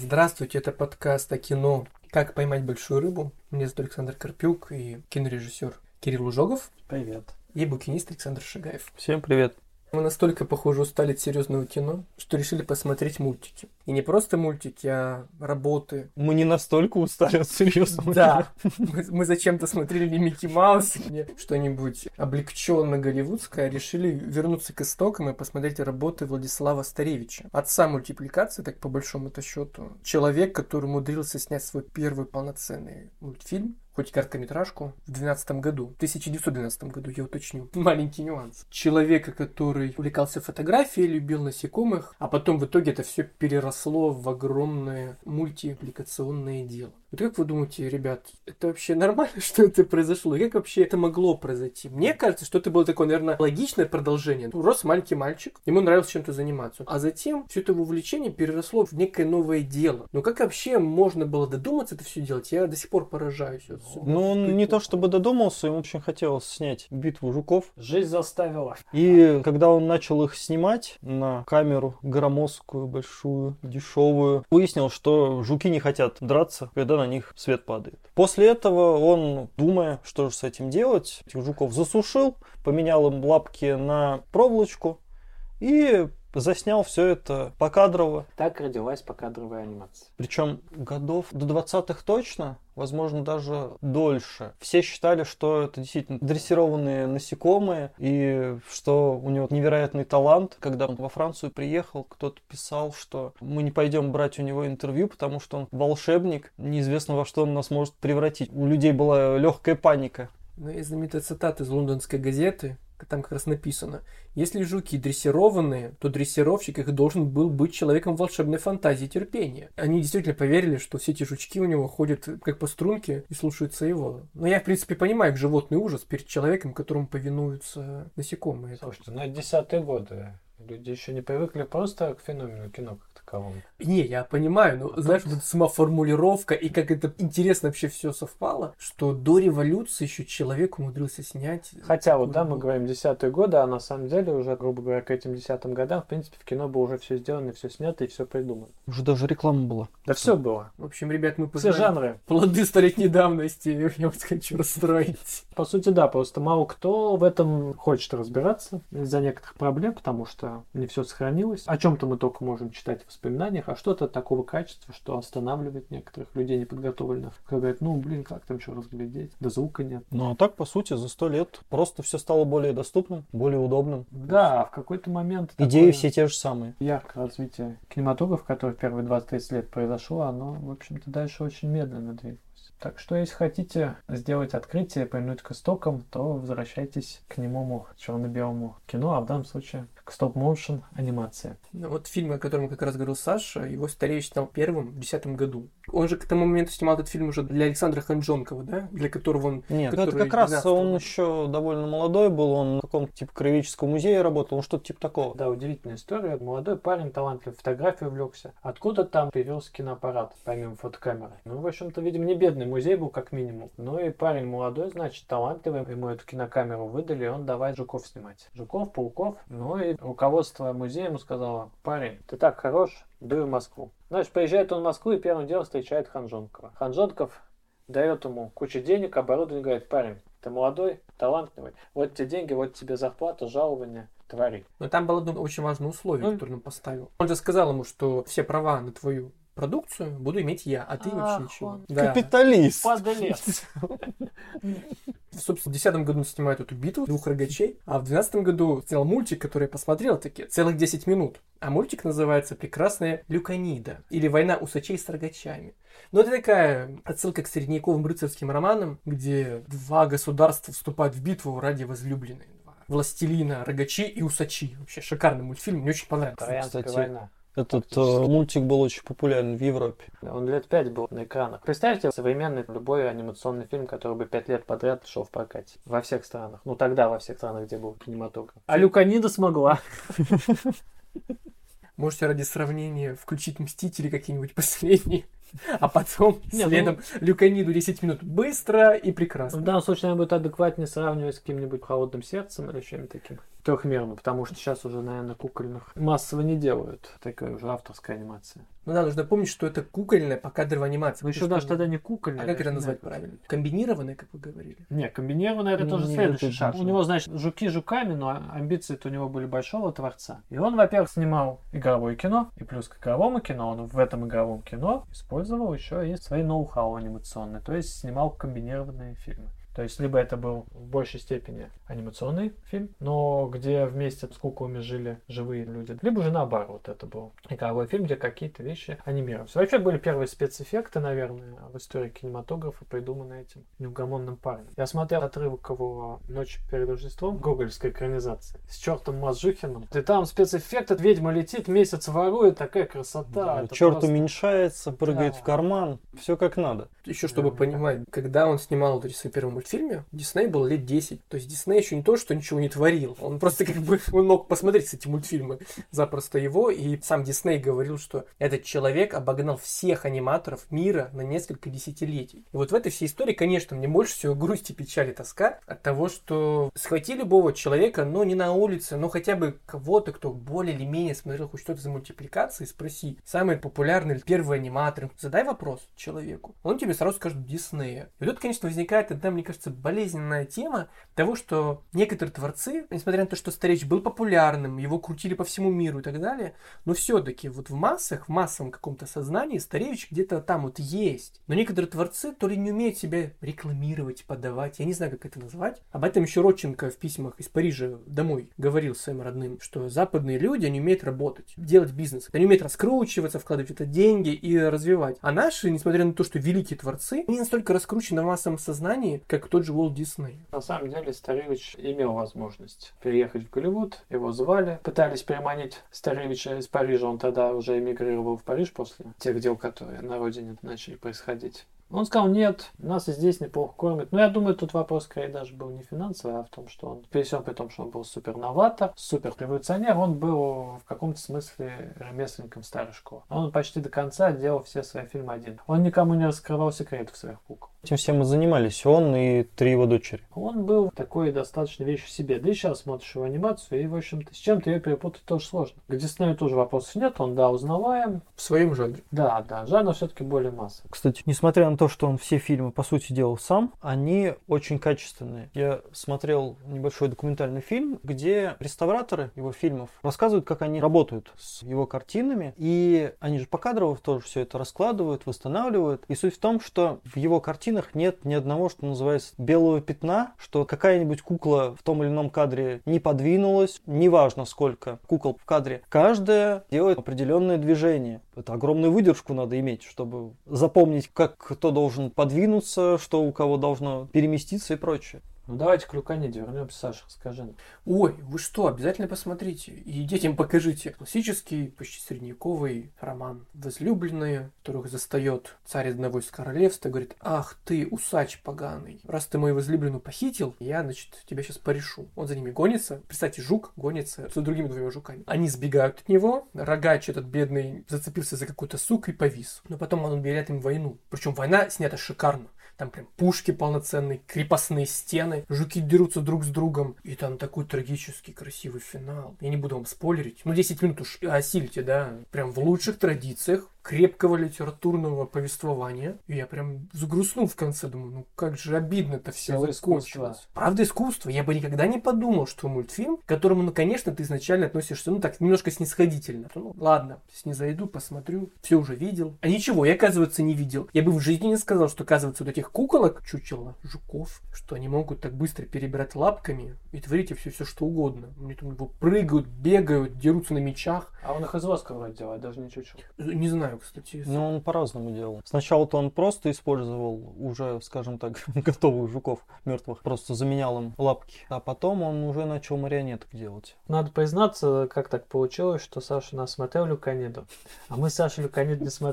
Здравствуйте, это подкаст о кино «Как поймать большую рыбу». Меня зовут Александр Карпюк и кинорежиссер Кирилл Ужогов. Привет. И букинист Александр Шагаев. Всем привет. Мы настолько, похоже, устали от серьезного кино, что решили посмотреть мультики. И не просто мультики, а работы. Мы не настолько устали от серьезного Да, мы зачем-то смотрели не Микки Маус, не что-нибудь облегченно голливудское, а решили вернуться к истокам и посмотреть работы Владислава Старевича. Отца мультипликации, так по большому-то счету. Человек, который умудрился снять свой первый полноценный мультфильм, хоть и короткометражку, в 1912 году, я уточню. Маленький нюанс. Человека, который увлекался фотографией, любил насекомых, а потом в итоге это все переросло в огромное мультипликационное дело. Вот как вы думаете, ребят, это вообще нормально, что это произошло? И как вообще это могло произойти? Мне кажется, что это было такое, наверное, логичное продолжение. Рос маленький мальчик, ему нравилось чем-то заниматься. А затем все это увлечение переросло в некое новое дело. Но как вообще можно было додуматься это все делать? Я до сих пор поражаюсь. Ну, он не то чтобы додумался, ему очень хотелось снять «Битву жуков». Жизнь заставила. И когда он начал их снимать на камеру громоздкую, большую, дешевую, выяснил, что жуки не хотят драться, когда на них свет падает. После этого он, думая, что же с этим делать, этих жуков засушил, поменял им лапки на проволочку и заснял все это покадрово. Так родилась покадровая анимация. Причем годов до 20-х точно, возможно, даже дольше. Все считали, что это действительно дрессированные насекомые, и что у него невероятный талант. Когда он во Францию приехал, кто-то писал, что мы не пойдем брать у него интервью, потому что он волшебник, неизвестно во что он нас может превратить. У людей была легкая паника. Ну, есть знаменитая цитата из лондонской газеты. Там как раз написано: если жуки дрессированные, то дрессировщик их должен был быть человеком волшебной фантазии и терпения. Они действительно поверили, что все эти жучки у него ходят как по струнке и слушаются его. Но я, в принципе, понимаю их животный ужас перед человеком, которому повинуются насекомые. Слушайте, ну это 10-е годы. Люди еще не привыкли просто к феномену кино как таковому. Не, я понимаю, но знаешь, вот сама формулировка и как это интересно вообще все совпало, что до революции еще человек умудрился снять. Хотя вот, да, мы говорим 10-е годы, а на самом деле уже, грубо говоря, к этим 10-м годам, в принципе, в кино было уже все сделано, все снято и все придумано. Уже даже реклама была. Да все было. В общем, ребят, мы Все познали жанры. плоды столетней давности, я вас хочу расстроить. По сути, да, просто мало кто в этом хочет разбираться из-за некоторых проблем, потому что не все сохранилось. О чем-то мы только можем читать в воспоминаниях, а что-то такого качества, что останавливает некоторых людей неподготовленных. Кто говорит, ну, блин, как там что разглядеть? Да звука нет. Ну, а так, по сути, за 100 лет просто все стало более доступным, более удобным. Да, в какой-то момент Идеи все те же самые. яркое развитие кинематографа, которое в первые 20-30 лет произошло, оно, в общем-то, дальше очень медленно двигалось. Так что, если хотите сделать открытие, повернуть к истокам, то возвращайтесь к немому черно-белому кино, а в данном случае к стоп-моушен анимации. Ну, вот фильм, о котором как раз говорил Саша, его Старевич снял первым в 2010 году. Он же к тому моменту снимал этот фильм уже для Александра Ханжонкова, да? Для которого он... Нет, это как раз он еще довольно молодой был, он в каком-то типа краеведческом музее работал, он что-то типа такого. Да, удивительная история. Молодой парень, талантливый, фотографией увлекся. Откуда там появился киноаппарат, помимо фотокамеры? Ну, в общем-то, видимо, не бедный музей был, как минимум. Ну и парень молодой, значит, талантливый. Ему эту кинокамеру выдали, и он давай жуков снимать. Жуков, пауков. Ну и руководство музея ему сказало: парень, ты так хорош, дуй в Москву. Значит, приезжает он в Москву и первым делом встречает Ханжонкова. Ханжонков дает ему кучу денег, оборудование, говорит: парень, ты молодой, талантливый, вот тебе деньги, вот тебе зарплата, жалование, твори. Но там было одно очень важное условие, которое он поставил. Он же сказал ему, что все права на твою продукцию буду иметь я, а ты вообще ничего. Да. Капиталист. Подлец. Собственно, в 2010 году он снимает эту битву двух рогачей, а в 2012 году снял мультик, который я посмотрел, таки целых 10 минут. А мультик называется «Прекрасная Люканида» или «Война усачей с рогачами». Но это такая отсылка к средневековым рыцарским романам, где два государства вступают в битву ради возлюбленной. Властелина, рогачи и усачи. Вообще шикарный мультфильм, мне очень понравился. Троянская война. Этот мультик был очень популярен в Европе. Он лет 5 был на экранах. Представьте, современный любой анимационный фильм, который бы 5 лет подряд шел в прокате. Во всех странах. Ну тогда во всех странах, где был кинематограф. А Люканида смогла. Можете ради сравнения включить «Мстители» какие-нибудь последние. А потом следом Люканиду 10 минут быстро и прекрасно. В данном случае, наверное, будет адекватнее сравнивать с каким-нибудь «Холодным сердцем» или чем-нибудь таким трехмерным, потому что сейчас уже, наверное, кукольных массово не делают. Такая уже авторская анимация. Ну да, нужно помнить, что это кукольная покадровая анимация. Ну еще даже тогда не кукольная. А как это назвать правильно? Комбинированная, как вы говорили? Не, комбинированная это тоже следующий шаг. У него, значит, жуки жуками, но амбиции-то у него были большого творца. И он, во-первых, снимал игровое кино, и плюс к игровому кино он в этом игровом кино использовал еще и свои ноу-хау анимационные, то есть снимал комбинированные фильмы. То есть, либо это был в большей степени анимационный фильм, но где вместе с куклами жили живые люди, либо же наоборот, это был игровой фильм, где какие-то вещи анимировались. Вообще были первые спецэффекты, наверное, в истории кинематографа, придуманные этим неугомонным парнем. Я смотрел отрывок его «Ночь перед Рождеством», гоголевской экранизации, с чертом Мазжухиным. И там спецэффект, ведьма летит, месяц ворует, такая красота. Да, черт просто уменьшается, прыгает в карман, все как надо. Еще чтобы понимать, когда он снимал вот эти свои первые мультфильме, Дисней был лет 10. То есть Дисней еще не то, что ничего не творил. Он просто как бы, он мог посмотреть, кстати, мультфильмы запросто его. И сам Дисней говорил, что этот человек обогнал всех аниматоров мира на несколько десятилетий. И вот в этой всей истории, конечно, мне больше всего грусть и печаль и тоска от того, что схвати любого человека, но не на улице, но хотя бы кого-то, кто более или менее смотрел хоть что-то за мультипликацией, спроси. Самый популярный первый аниматор. Задай вопрос человеку. Он тебе сразу скажет Диснея. И тут, конечно, возникает одна, мне кажется, болезненная тема того, что некоторые творцы, несмотря на то, что Старевич был популярным, его крутили по всему миру и так далее, но все-таки вот в массах, в массовом каком-то сознании Старевич где-то там вот есть. Но некоторые творцы то ли не умеют себя рекламировать, подавать, я не знаю, как это назвать. Об этом еще Родченко в письмах из Парижа домой говорил своим родным, что западные люди, они умеют работать, делать бизнес. Они умеют раскручиваться, вкладывать в это деньги и развивать. А наши, несмотря на то, что великие творцы, не настолько раскручены в массовом сознании, как тот же Уолт Дисней. На самом деле Старевич имел возможность переехать в Голливуд, его звали, пытались переманить Старевича из Парижа, он тогда уже эмигрировал в Париж после тех дел, которые на родине начали происходить. Он сказал, нет, нас и здесь неплохо кормят. Но я думаю, тут вопрос скорее даже был не финансовый, а в том, что он, при всем при том, что он был супер новатор, супер революционер, он был в каком-то смысле ремесленником старой школы. Он почти до конца делал все свои фильмы один. Он никому не раскрывал секретов своих кукол. Этим всем и занимались он и 3 его дочери. Он был такой достаточно вещь в себе. Да и сейчас смотришь его анимацию, и, в общем-то, с чем-то ее перепутать тоже сложно. К Диснею тоже вопросов нет, он, да, узнаваем. В своем жанре. Да, жанр все-таки более массовый. Кстати, несмотря на то, что он все фильмы, по сути, делал сам, они очень качественные. Я смотрел небольшой документальный фильм, где реставраторы его фильмов рассказывают, как они работают с его картинами, и они же покадрово тоже все это раскладывают, восстанавливают. И суть в том, что в его картинах нет ни одного, что называется, белого пятна, что какая-нибудь кукла в том или ином кадре не подвинулась, неважно сколько кукол в кадре. Каждая делает определенное движение. Это огромную выдержку надо иметь, чтобы запомнить, как кто должен подвинуться, что у кого должно переместиться и прочее. Ну давайте к Люканиде вернемся, Саша, расскажи нам. Ой, вы что, обязательно посмотрите. И детям покажите. Классический, почти средневековый роман. Возлюбленные, которых застает царь одного из королевств, и говорит: ах ты, усач поганый, раз ты мою возлюбленную похитил, я, значит, тебя сейчас порешу. Он за ними гонится. Представьте, жук гонится за другими 2 жуками. Они сбегают от него. Рогач этот бедный зацепился за какую-то суку и повис. Но потом он объявляет им войну. Причем война снята шикарно. Там прям пушки полноценные, крепостные стены, жуки дерутся друг с другом. И там такой трагический, красивый финал. Я не буду вам спойлерить. 10 минут уж осилите, да. Прям в лучших традициях крепкого литературного повествования. И я прям загрустнул в конце. Думаю, как же обидно это все закончилось. Правда искусство. Я бы никогда не подумал, что мультфильм, к которому, конечно, ты изначально относишься, так, немножко снисходительно. Ладно, снизойду, посмотрю. Все уже видел. А ничего, я, оказывается, не видел. Я бы в жизни не сказал, что, оказывается, вот этих куколок, чучела, жуков, что они могут так быстро перебирать лапками и творить все что угодно. Они там прыгают, бегают, дерутся на мечах. А он их из воска вроде делает, даже не чучел. Не знаю, кстати. Но он по-разному делал. Сначала-то он просто использовал уже, скажем так, готовых жуков мертвых, просто заменял им лапки. А потом он уже начал марионеток делать. Надо признаться, как так получилось, что Саша нас смотрел Люканиду, а мы с Сашей Люканиду не смотрели.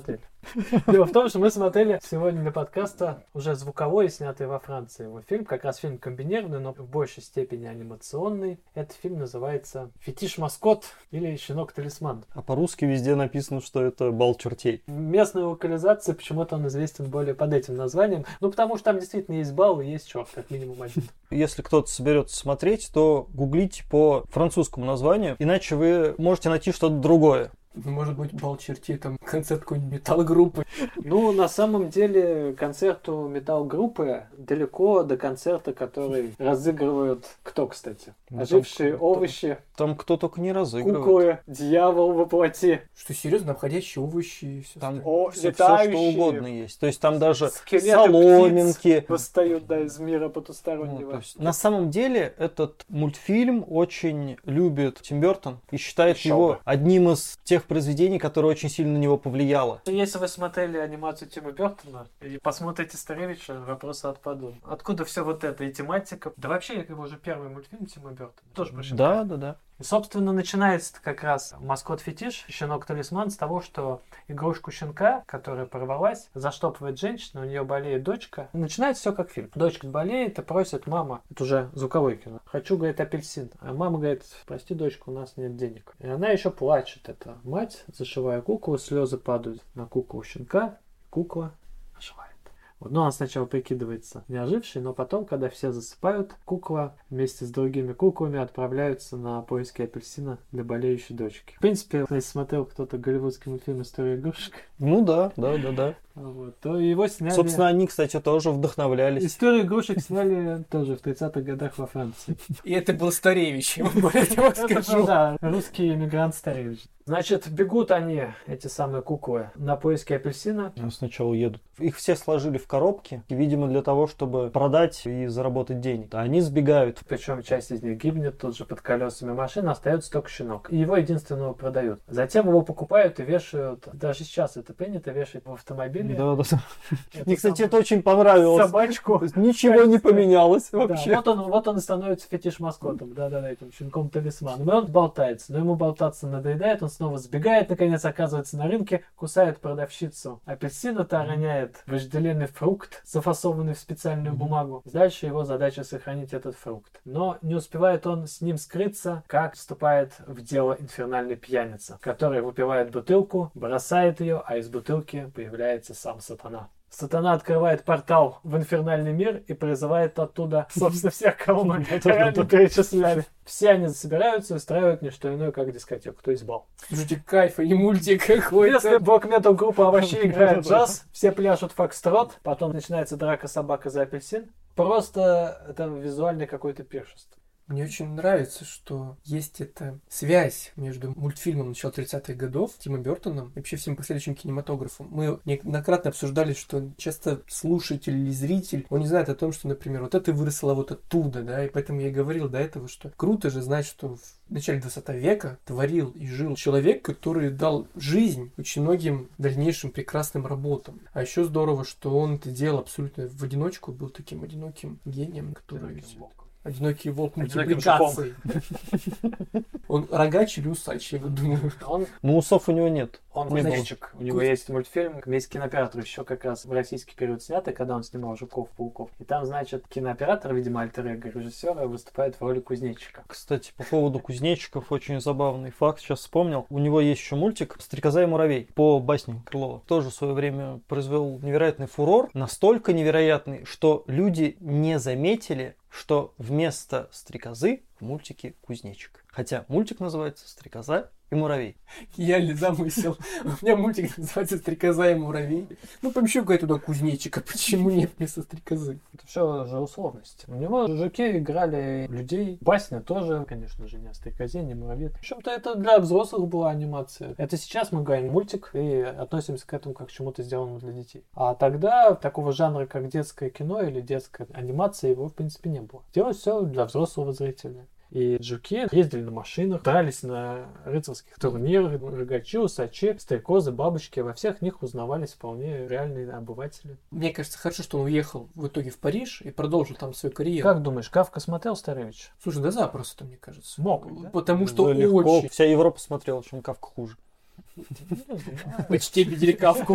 Дело в том, что мы смотрели сегодня для подкаста уже звуковой, снятый во Франции его фильм. Как раз фильм комбинированный, но в большей степени анимационный. Этот фильм называется «Фетиш-маскот» или «Щенок-талисман». А по-русски везде написано, что это «Бал чертей». В местной локализации почему-то он известен более под этим названием. Ну, потому что там действительно есть бал и есть черт, как минимум один. Если кто-то соберется смотреть, то гуглите по французскому названию, иначе вы можете найти что-то другое. Может быть, бал чертей, там концерт какой-нибудь металл-группы. Ну, на самом деле, концерту металл-группы далеко до концерта, который разыгрывают кто, кстати? Ну, Ожившие там овощи, Там кто только не разыгрывает. куклы, дьявол во плоти. Что, серьезно, обходящие овощи и все Там О, все, летающие. что угодно есть. То есть там даже Скелеты соломинки. птиц восстают, да, из мира Ну, потустороннего. то есть, на самом деле этот мультфильм очень любит Тим Бёртон и считает Еще его бы. одним из тех произведений, которое очень сильно на него повлияло. Если вы смотрели анимацию Тима Бёртона и посмотрите Старевича, вопросы отпадут. Откуда все вот это и тематика? Да вообще, это его уже первый мультфильм Тима Бёртона. Тоже про щенка. Да. И, собственно, начинается как раз маскот-фетиш, щенок-талисман, с того, что игрушку щенка, которая порвалась, заштопывает женщина, у нее болеет дочка. И начинается все как фильм. Дочка болеет и просит мама, это уже звуковое кино, хочу, говорит, апельсин. А мама говорит, прости, дочка, у нас нет денег. И она еще плачет, эта мать, зашивая куклу, слезы падают на куклу щенка, кукла оживает. Вот, ну, она сначала прикидывается не ожившей, но потом, когда все засыпают, кукла вместе с другими куклами отправляются на поиски апельсина для болеющей дочки. В принципе, если смотрел кто-то голливудский мультфильм «История игрушек», Ну да. вот, то его сняли... Собственно, они, кстати, тоже вдохновлялись. «Историю игрушек» сняли тоже в 30-х годах во Франции. И это был Старевич, я более того скажу. Да, русский иммигрант Старевич. Значит, бегут они, эти самые куклы, на поиски апельсина. Ну, сначала едут. Их все сложили в коробки, видимо, для того, чтобы продать и заработать денег. А они сбегают. Причем часть из них гибнет тут же под колесами машины, остается только щенок. И его единственного продают. Затем его покупают и вешают. Даже сейчас это принято вешать в автомобиле. Да. Это Мне, кстати, сам- это очень понравилось. Собачку. То есть ничего не поменялось Да, вообще. вот он и становится фетиш-маскотом, да, этим щенком-талисманом. И он болтается, но ему болтаться надоедает, он снова сбегает, наконец оказывается на рынке, кусает продавщицу апельсина, та роняет вожделенный фрукт, зафасованный в специальную бумагу. Дальше его задача сохранить этот фрукт. Но не успевает он с ним скрыться, как вступает в дело инфернальный пьяница, который выпивает бутылку, бросает ее, а из бутылки появляется сам сатана. Сатана открывает портал в инфернальный мир и призывает оттуда, собственно, всех, кого мы ранее перечисляли. Все они собираются и устраивают не что иное, как дискотеку, то есть бал. Слушайте, кайф, и мультик Если какой-то. блок-метал группа овощей играет джаз, все пляшут фокстрот, потом начинается драка собака за апельсин. Просто это визуальное какое-то пиршество. Мне очень нравится, что есть эта связь между мультфильмом начала 30-х годов Тима Бёртоном и вообще всем последующим кинематографом. Мы неоднократно обсуждали, что часто слушатель или зритель, он не знает о том, что, например, вот это выросло вот оттуда, да, и поэтому я и говорил до этого, что круто же знать, что в начале 20 века творил и жил человек, который дал жизнь очень многим дальнейшим прекрасным работам. А еще здорово, что он это делал абсолютно в одиночку, был таким одиноким гением, который... Одинокий волк мультипликации. Он рогач или усач, я вот думаю. Но усов у него нет. Он Не было. кузнечик. У него есть мультфильм «Месть кинооператора», еще как раз в российский период снятый, когда он снимал «Жуков-пауков». И там, значит, кинооператор, видимо, альтер-эго режиссера, выступает в роли кузнечика. Кстати, по поводу кузнечиков очень забавный факт, сейчас вспомнил. У него есть еще мультик «Стрекоза и муравей» по басне Крылова. Тоже в свое время произвел невероятный фурор. Настолько невероятный, что люди не заметили, что вместо стрекозы в мультике кузнечик. Хотя мультик называется «Стрекоза и муравей». Я ли замысел? У меня мультик называется «Стрекоза и муравей». Ну, помещу-ка туда кузнечика. Почему нет вместо стрекозы? Это все же условности. У него жуки играли людей. Басня тоже, конечно же, не о стрекозе, не муравье. В общем-то, это для взрослых была анимация. Это сейчас мы говорим мультик и относимся к этому как к чему-то сделанному для детей. А тогда такого жанра, как детское кино или детская анимация, его, в принципе, не было. Делалось все для взрослого зрителя. И жуки ездили на машинах, дрались на рыцарских турнирах, рогачи, усачи, стрекозы, бабочки. Во всех них узнавались вполне реальные обыватели. Мне кажется, хорошо, что он уехал в итоге в Париж и продолжил там свою карьеру. Как думаешь, Кафка смотрел Старевич? Слушай, да запросто, мне кажется. Мог, да? Потому что Да, легко. очень... Вся Европа смотрела, чем Кафка хуже. Почти обидели Кафку.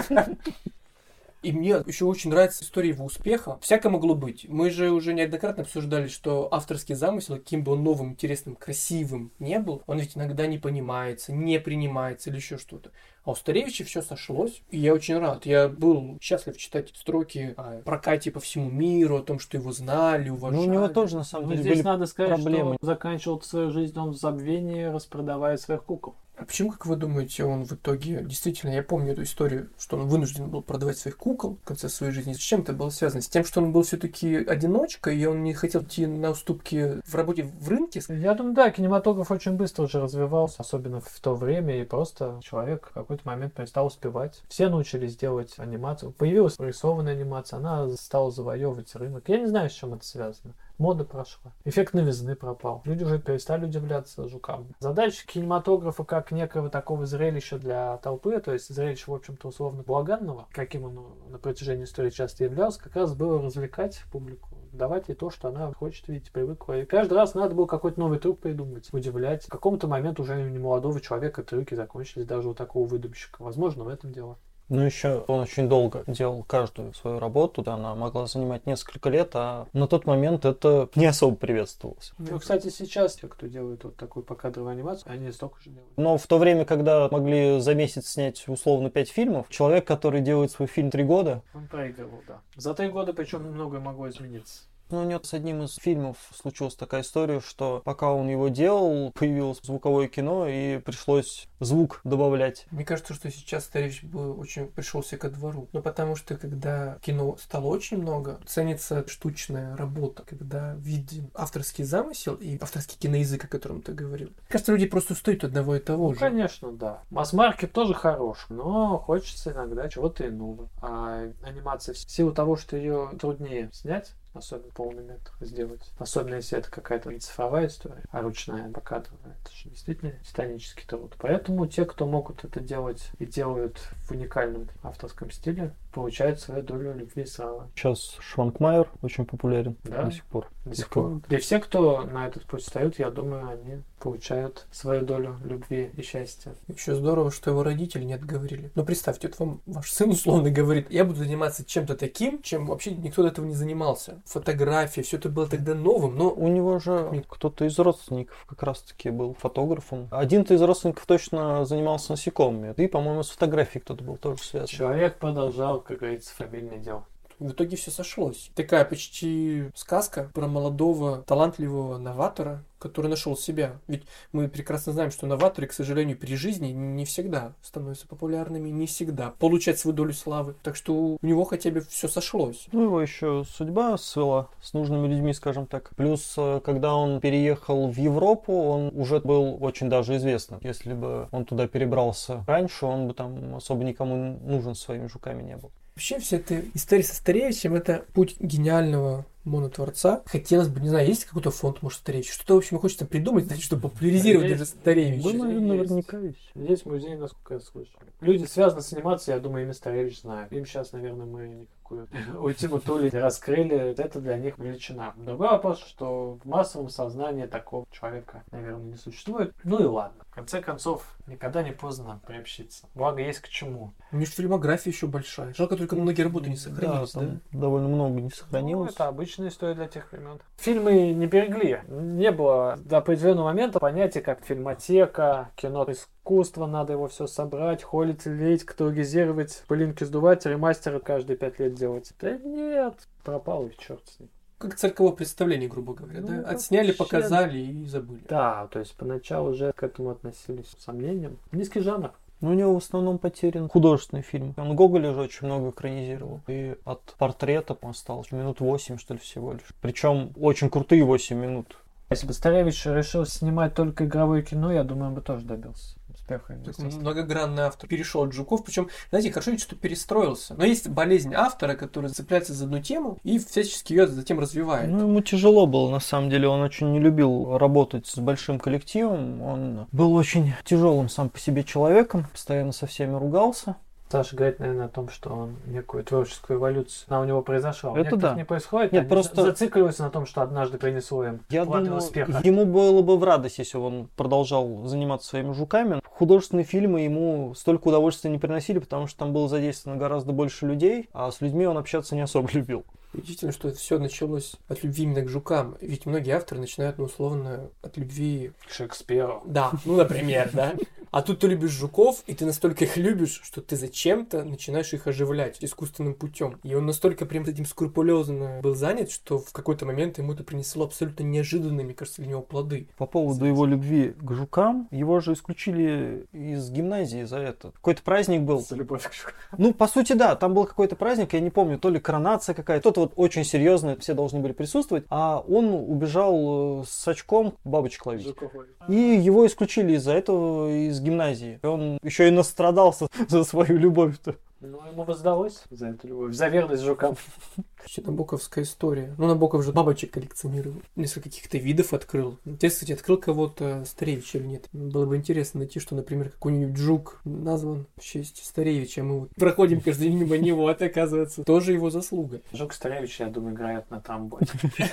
И мне еще очень нравится история его успеха. Всякое могло быть. Мы же уже неоднократно обсуждали, что авторский замысел, каким бы он новым, интересным, красивым не был, он ведь иногда не понимается, не принимается или еще что-то. А у Старевича все сошлось, и я очень рад. Я был счастлив читать строки о прокате по всему миру, о том, что его знали, уважали. Ну, у него тоже, на самом деле, здесь были надо сказать, проблемы. что заканчивал свою жизнь он в забвении, распродавая своих кукол. А почему, как вы думаете, он в итоге... Действительно, я помню эту историю, что он вынужден был продавать своих кукол в конце своей жизни. С чем это было связано? С тем, что он был все-таки одиночкой, и он не хотел идти на уступки в работе в рынке? Я думаю, да, кинематограф очень быстро уже развивался, особенно в то время, и просто человек в какой-то момент перестал успевать. Все научились делать анимацию. Появилась рисованная анимация, она стала завоевывать рынок. Я не знаю, с чем это связано. Мода прошла. Эффект новизны пропал. Люди уже перестали удивляться жукам. Задача кинематографа как некого такого зрелища для толпы, то есть зрелища, в общем-то, условно благанного, каким он на протяжении истории часто являлся, как раз было развлекать публику, давать ей то, что она хочет видеть, привыкла. И каждый раз надо было какой-то новый трюк придумать, удивлять. В каком-то момент уже не молодого человека трюки закончились, даже у такого выдумщика. Возможно, в этом дело. Ну, еще он очень долго делал каждую свою работу, да, она могла занимать несколько лет, а на тот момент это не особо приветствовалось. Ну, кстати, сейчас те, кто делает вот такую покадровую анимацию, они столько же делают. Но в то время, когда могли за месяц снять условно 5 фильмов, человек, который делает свой фильм 3 года... Он проигрывал, да. За 3 года, причем многое могло измениться. Ну, у него с одним из фильмов случилась такая история, что пока он его делал, появилось звуковое кино, и пришлось звук добавлять. Мне кажется, что сейчас Старевич бы очень пришелся ко двору. Но потому что, когда кино стало очень много, ценится штучная работа, когда виден авторский замысел и авторский киноязык, о котором ты говорил. Мне кажется, люди просто устают от одного и того же. Конечно, да. Масс-маркет тоже хорош, но хочется иногда чего-то иного. А анимация, в силу того, что ее труднее снять, особенно полный метр сделать. Особенно если это какая-то не цифровая история, а ручная покадровая. Это же действительно титанический труд. Поэтому те, кто могут это делать и делают в уникальном авторском стиле, получают свою долю любви и славы. Сейчас Швангмайер очень популярен Да, до сих пор. до сих пор. И все, кто на этот путь встают, я думаю, они получают свою долю любви и счастья. Еще здорово, что его родители не отговорили. Но представьте, вот вам ваш сын условно говорит, я буду заниматься чем-то таким, чем вообще никто до этого не занимался. Фотография, все это было тогда новым, но... У него же кто-то из родственников как раз-таки был фотографом. Один-то из родственников точно занимался насекомыми. И, по-моему, с фотографией кто-то был тоже связан. Человек продолжал, как говорится, фамильное дело. В итоге все сошлось. Такая почти сказка про молодого, талантливого новатора, который нашел себя. Ведь мы прекрасно знаем, что новаторы, к сожалению, при жизни не всегда становятся популярными, не всегда получают свою долю славы. Так что у него хотя бы все сошлось. Ну, его еще судьба свела с нужными людьми, скажем так. Плюс, когда он переехал в Европу, он уже был очень даже известным. Если бы он туда перебрался раньше, он бы там особо никому нужен своими жуками не был. Вообще, вся эта история со Старевичем — это путь гениального монотворца. Хотелось бы, не знаю, есть какой-то фонд, может, Старевич? Что-то, в общем, хочется придумать, значит, чтобы популяризировать даже Старевича. Да, наверняка есть. Есть музей, насколько я слышал. Люди, связанные с анимацией, я думаю, имя Старевич знают. Им сейчас, наверное, мы никакую ультимату не раскрыли. Это для них величина. Другой вопрос, что в массовом сознании такого человека, наверное, не существует. Ну и ладно. В конце концов, никогда не поздно приобщиться. Благо есть к чему. У него же фильмография еще большая. Жалко, только многие работы не сохранились, да? Довольно много не сохранилось. Ну, это обычная история для тех времен. Фильмы не берегли. Не было до определенного момента понятия, как фильмотека, кино искусство, надо его все собрать, холить, лить, каталогизировать, пылинки сдувать, ремастеры каждые 5 лет делать. Да нет, пропал и черт с ним. Как цирковое представление, грубо говоря, да? Отсняли, показали и забыли. Да, то есть поначалу уже к этому относились с сомнением. Низкий жанр. Но у него в основном потерян художественный фильм. Он Гоголя же очень много экранизировал. И от портрета осталось минут 8, что ли, всего лишь. Причем очень крутые 8 минут. Если бы Старевич решил снимать только игровое кино, я думаю, он бы тоже добился. Многогранный автор перешел от жуков, причем, знаете, хорошо, что перестроился. Но есть болезнь автора, который цепляется за одну тему и всячески ее затем развивает. Ну, ему тяжело было, на самом деле. Он очень не любил работать с большим коллективом. Он был очень тяжелым сам по себе человеком, постоянно со всеми ругался. Саша говорит, наверное, о том, что он некую творческую эволюцию, она у него произошла. Это да. Не происходит, Нет, они просто... зацикливаются на том, что однажды принесло им Я плоды думаю, успеха. ему было бы в радость, если бы он продолжал заниматься своими жуками. Художественные фильмы ему столько удовольствия не приносили, потому что там было задействовано гораздо больше людей, а с людьми он общаться не особо любил. Удивительно, что это все началось от любви именно к жукам. Ведь многие авторы начинают, условно, от любви... К Шекспиру. Да, например, да. А тут ты любишь жуков, и ты настолько их любишь, что ты зачем-то начинаешь их оживлять искусственным путем. И он настолько прям этим скрупулезно был занят, что в какой-то момент ему это принесло абсолютно неожиданные, мне кажется, для него плоды. По поводу его любви к жукам, его же исключили из гимназии за это. Какой-то праздник был. За любовь к жукам. Ну, по сути, да, там был какой-то праздник, я не помню, то ли коронация какая-то. Кто-то вот очень серьезно, все должны были присутствовать, а он убежал с очком бабочек ловить. Жуков. И его исключили из-за этого из гимназии. И он еще и настрадался за свою любовь-то. Ну, ему воздалось за эту любовь, за верность жукам. Набоковская история. Набоков же бабочек коллекционировал. Несколько каких-то видов открыл. Ты, кстати, открыл кого-то Старевича или нет? Было бы интересно найти, что, например, какой-нибудь жук назван в честь Старевича. Мы проходим каждый день мимо него, а это, оказывается, тоже его заслуга. Жук Старевич, я думаю, играет на тромбоне.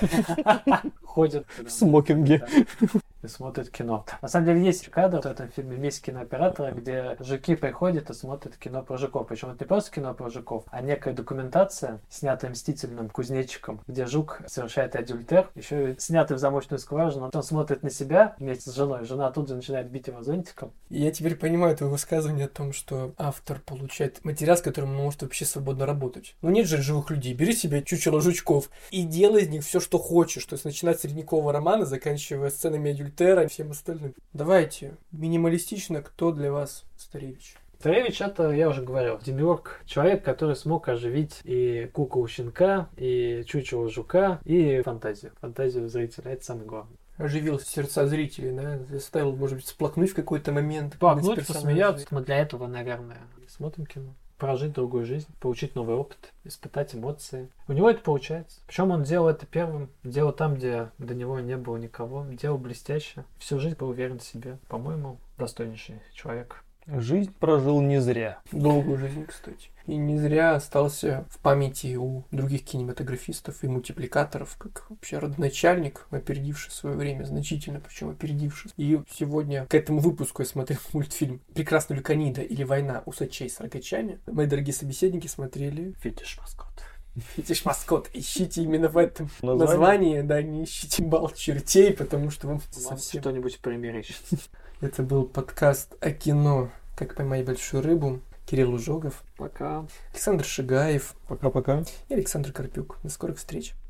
Ходит В смокинге. и смотрит кино. На самом деле есть кадр в этом фильме «Месть кинооператора», где жуки приходят и смотрят кино про жуков. Причем это не просто кино про жуков, а некая документация, снятая мстительным кузнечиком, где жук совершает адюльтер, еще и снятый в замочную скважину. Он смотрит на себя вместе с женой. Жена тут же начинает бить его зонтиком. Я теперь понимаю твое высказывание о том, что автор получает материал, с которым он может вообще свободно работать. Нет же живых людей. Бери себе чучело жучков и делай из них все, что хочешь. То есть начиная с средневекового романа, заканчивая сценами адюльтера и всем остальным. Давайте, минималистично, кто для вас Старевич? Старевич, это, я уже говорил, демиург, человек, который смог оживить и куклу щенка, и чучело жука, и фантазию зрителя. Это самое главное. Оживил сердца зрителей, да? Заставил, может быть, всплакнуть в какой-то момент. Плакнуть, посмеяться. Мы для этого, наверное, смотрим кино. Прожить другую жизнь, получить новый опыт, испытать эмоции. У него это получается. Причем он делал это первым. Делал там, где до него не было никого. Делал блестяще. Всю жизнь был уверен в себе. По-моему, достойнейший человек. Жизнь прожил не зря. Долгую жизнь, кстати. И не зря остался в памяти у других кинематографистов и мультипликаторов, как вообще родоначальник, опередивший свое время, значительно, причем опередивший. И сегодня к этому выпуску я смотрел мультфильм «Прекрасная Люканида» или «Война усачей с рогачами». Мои дорогие собеседники смотрели Фетиш-маскот. Фетиш-маскот. Ищите именно в этом названии, да, не ищите бал чертей, потому что вам совсем... что-нибудь примерещится. Это был подкаст о кино «Как поймать большую рыбу». Кирилл Ужогов. Пока. Александр Шигаев. Пока-пока. И Александр Карпюк. До скорых встреч.